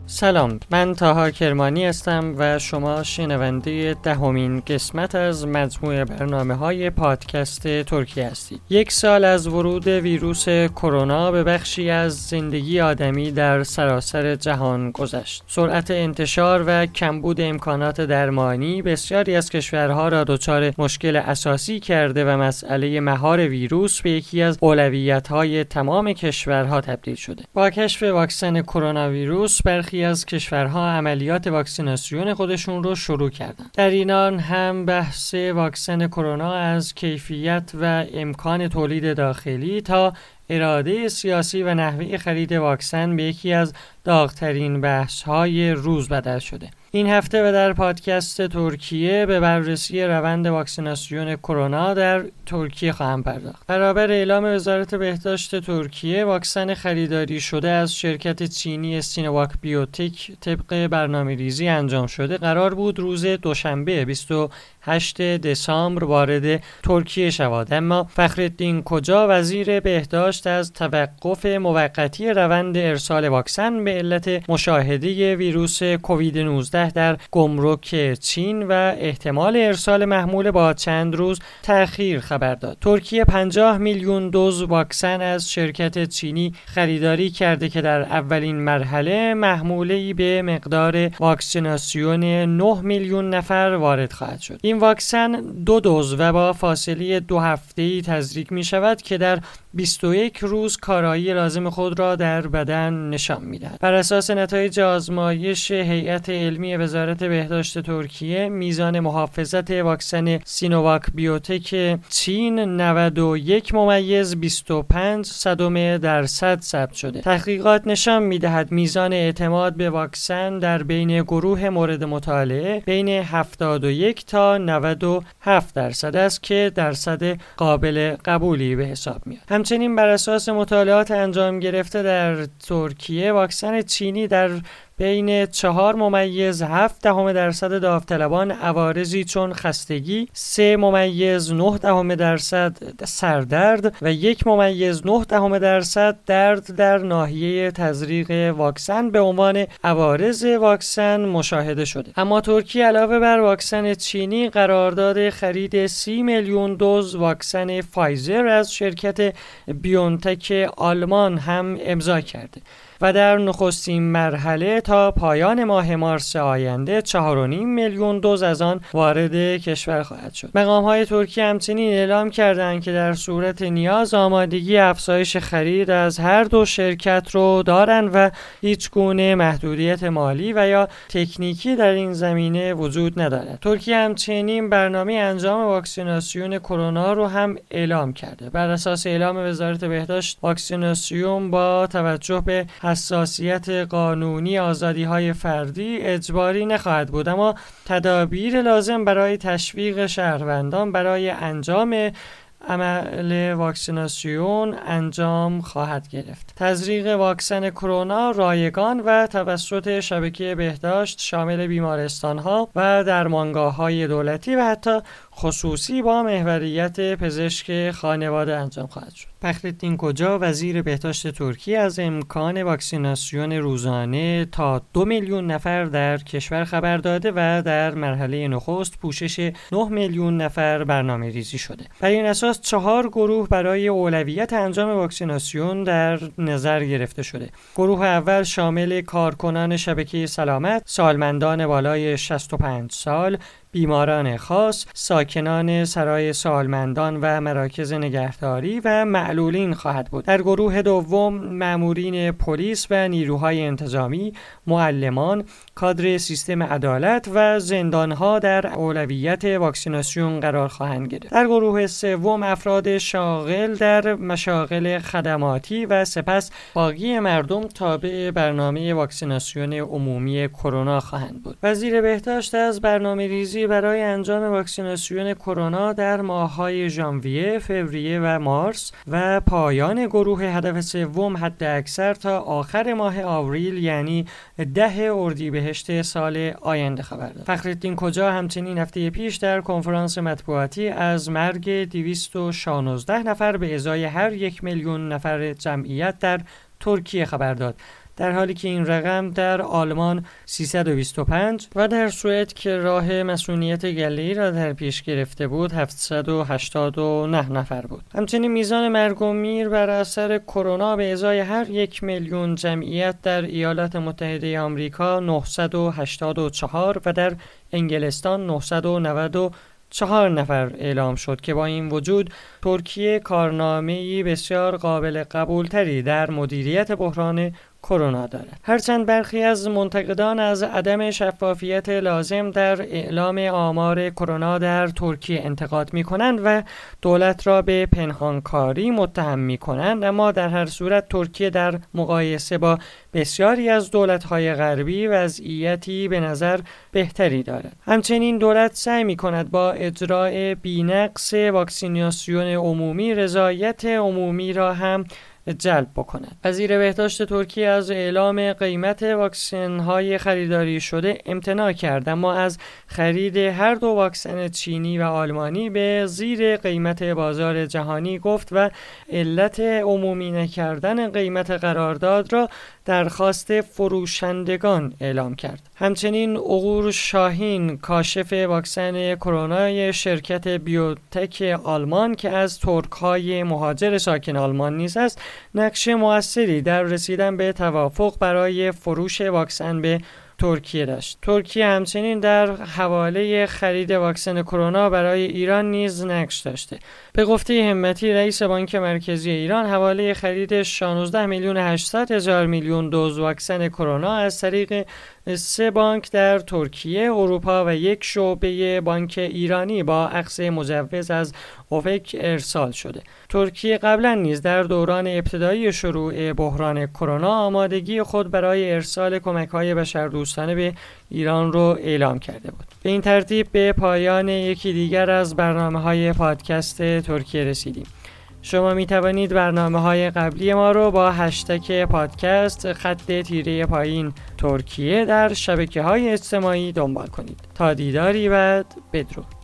سلام، من طاها کرمانی هستم و شما شنونده 10مین قسمت از مجموعه برنامه‌های پادکست ترکیه هستید. 1 سال از ورود ویروس کرونا به بخشی از زندگی آدمی در سراسر جهان گذشت. سرعت انتشار و کمبود امکانات درمانی بسیاری از کشورها را دچار مشکل اساسی کرده و مسئله مهار ویروس به یکی از اولویت‌های تمام کشورها تبدیل شده. با کشف واکسن کرونا ویروس برخی از کشورها عملیات واکسیناسیون خودشون رو شروع کردن. در ایران هم بحث واکسن کرونا از کیفیت و امکان تولید داخلی تا اراده سیاسی و نحوه خرید واکسن به یکی از داغ‌ترین بحث‌های روز بدل شده. این هفته و در پادکست ترکیه به بررسی روند واکسیناسیون کرونا در ترکیه خواهم پرداخت. برابر اعلام وزارت بهداشت ترکیه، واکسن خریداری شده از شرکت چینی سینوواک بیوتک طبق برنامه‌ریزی انجام شده قرار بود روز دوشنبه 28 دسامبر وارد ترکیه شود، اما فخرالدین کوچا وزیر بهداشت از توقف موقتی روند ارسال واکسن به علت مشاهده ویروس کووید 19 در گمرک چین و احتمال ارسال محمول با چند روز تأخیر خبر داد. ترکیه 50 میلیون دوز واکسن از شرکت چینی خریداری کرده که در اولین مرحله محموله‌ای به مقدار واکسیناسیون 9 میلیون نفر وارد خواهد شد. این واکسن 2 دوز و با فاصله 2 هفته‌ای تزریق می شود که در 21 روز کارایی لازم خود را در بدن نشان می‌دهد. بر اساس نتایج آزمایش هیئت علمی وزارت بهداشت ترکیه، میزان محافظت واکسن سینوواک بیوتک چین 91.25% ثبت شده. تحقیقات نشان می‌دهد میزان اعتماد به واکسن در بین گروه مورد مطالعه بین 71 تا 97% است که درصد قابل قبولی به حساب میاد. همچنین بر اساس مطالعات انجام گرفته در ترکیه، واکسن چینی در بین 4.7% داوطلبان عوارضی چون خستگی، 3.9% سردرد و 1.9% درد در ناحیه تزریق واکسن به عنوان عوارض واکسن مشاهده شده. اما ترکیه علاوه بر واکسن چینی قرارداد خرید 30 میلیون دوز واکسن فایزر از شرکت بیونتک آلمان هم امضا کرده و در نخستین مرحله تا پایان ماه مارس آینده 4.5 میلیون دوز از آن وارد کشور خواهد شد. مقام‌های ترکیه همچنین اعلام کردند که در صورت نیاز آمادگی افزایش خرید از هر دو شرکت رو دارند و هیچ گونه محدودیت مالی و یا تکنیکی در این زمینه وجود ندارد. ترکیه همچنین برنامه انجام واکسیناسیون کرونا رو هم اعلام کرده. بر اساس اعلام وزارت بهداشت، واکسیناسیون با توجه به حساسیت قانونی آزادی‌های فردی اجباری نخواهد بود، اما تدابیر لازم برای تشویق شهروندان برای انجام عمل واکسیناسیون انجام خواهد گرفت. تزریق واکسن کرونا رایگان و توسط شبکه بهداشت شامل بیمارستان‌ها و درمانگاه‌های دولتی و حتی خصوصی با محوریت پزشک خانواده انجام خواهد شد. فخرالدین کوچا وزیر بهداشت ترکیه از امکان واکسیناسیون روزانه تا 2 میلیون نفر در کشور خبر داده و در مرحله نخست پوشش 9 میلیون نفر برنامه ریزی شده. بر این اساس 4 گروه برای اولویت انجام واکسیناسیون در نظر گرفته شده. گروه اول شامل کارکنان شبکه سلامت، سالمندان بالای 65 سال، بیماران خاص، ساکنان سرای سالمندان و مراکز نگهداری و معلولین خواهد بود. در گروه دوم مامورین پلیس و نیروهای انتظامی، معلمان، کادر سیستم عدالت و زندانها در اولویت واکسیناسیون قرار خواهند گرفت. در گروه سوم افراد شاغل در مشاغل خدماتی و سپس باقی مردم تابع برنامه واکسیناسیون عمومی کرونا خواهند بود. وزیر بهداشت از برنامه‌ریزی برای انجام واکسیناسیون کرونا در ماه‌های ژانویه، فوریه و مارس و پایان گروه هدف سوم حد اکثر تا آخر ماه آوریل یعنی 10 اردیبهشت سال آینده خبر داد. فخرالدین کوچا همچنین هفته پیش در کنفرانس مطبوعاتی از مرگ 216 نفر به ازای هر 1 میلیون نفر جمعیت در ترکیه خبر داد. در حالی که این رقم در آلمان 325 و در سوئد که راه مسئولیت گله‌ای را در پیش گرفته بود 789 نفر بود. همچنین میزان مرگ و میر بر اثر کرونا به ازای هر 1 میلیون جمعیت در ایالات متحده آمریکا 984 و در انگلستان 994 نفر اعلام شد که با این وجود ترکیه کارنامه‌ای بسیار قابل قبولتری در مدیریت بحران کرونا دارد. هرچند برخی از منتقدان از عدم شفافیت لازم در اعلام آمار کرونا در ترکیه انتقاد می‌کنند و دولت را به پنهانکاری متهم می‌کنند، اما در هر صورت ترکیه در مقایسه با بسیاری از دولت‌های غربی وضعیتی به نظر بهتری دارد. همچنین دولت سعی می‌کند با اجرای بی‌نقص واکسیناسیون عمومی رضایت عمومی را هم جلب بکند. وزیر بهداشت ترکیه از اعلام قیمت واکسن‌های خریداری شده امتناع کرد، اما از خرید هر دو واکسن چینی و آلمانی به زیر قیمت بازار جهانی گفت و علت عمومی نکردن قیمت قرارداد را درخواست فروشندگان اعلام کرد. همچنین عقور شاهین کاشف واکسن کرونای شرکت بیوتک آلمان که از ترک‌های مهاجر ساکن آلمان نیز است نقش موثری در رسیدن به توافق برای فروش واکسن به ترکیه داشت. ترکیه همچنین در حواله خرید واکسن کرونا برای ایران نیز نقش داشته. به گفته همتی رئیس بانک مرکزی ایران، حواله خرید 16,800,000,000,000 دوز واکسن کرونا از طریق 3 بانک در ترکیه، اروپا و یک شعبه بانک ایرانی با اخذ مجوز از اوپک ارسال شده. ترکیه قبلا نیز در دوران ابتدایی شروع بحران کرونا آمادگی خود برای ارسال کمک‌های بشردوستانه به ایران رو اعلام کرده بود. به این ترتیب به پایان یکی دیگر از برنامه‌های پادکست ترکیه رسیدیم. شما می توانید برنامه‌های قبلی ما رو با هشتگ پادکست __ ترکیه در شبکه‌های اجتماعی دنبال کنید. تا دیداری بعد، بدرود.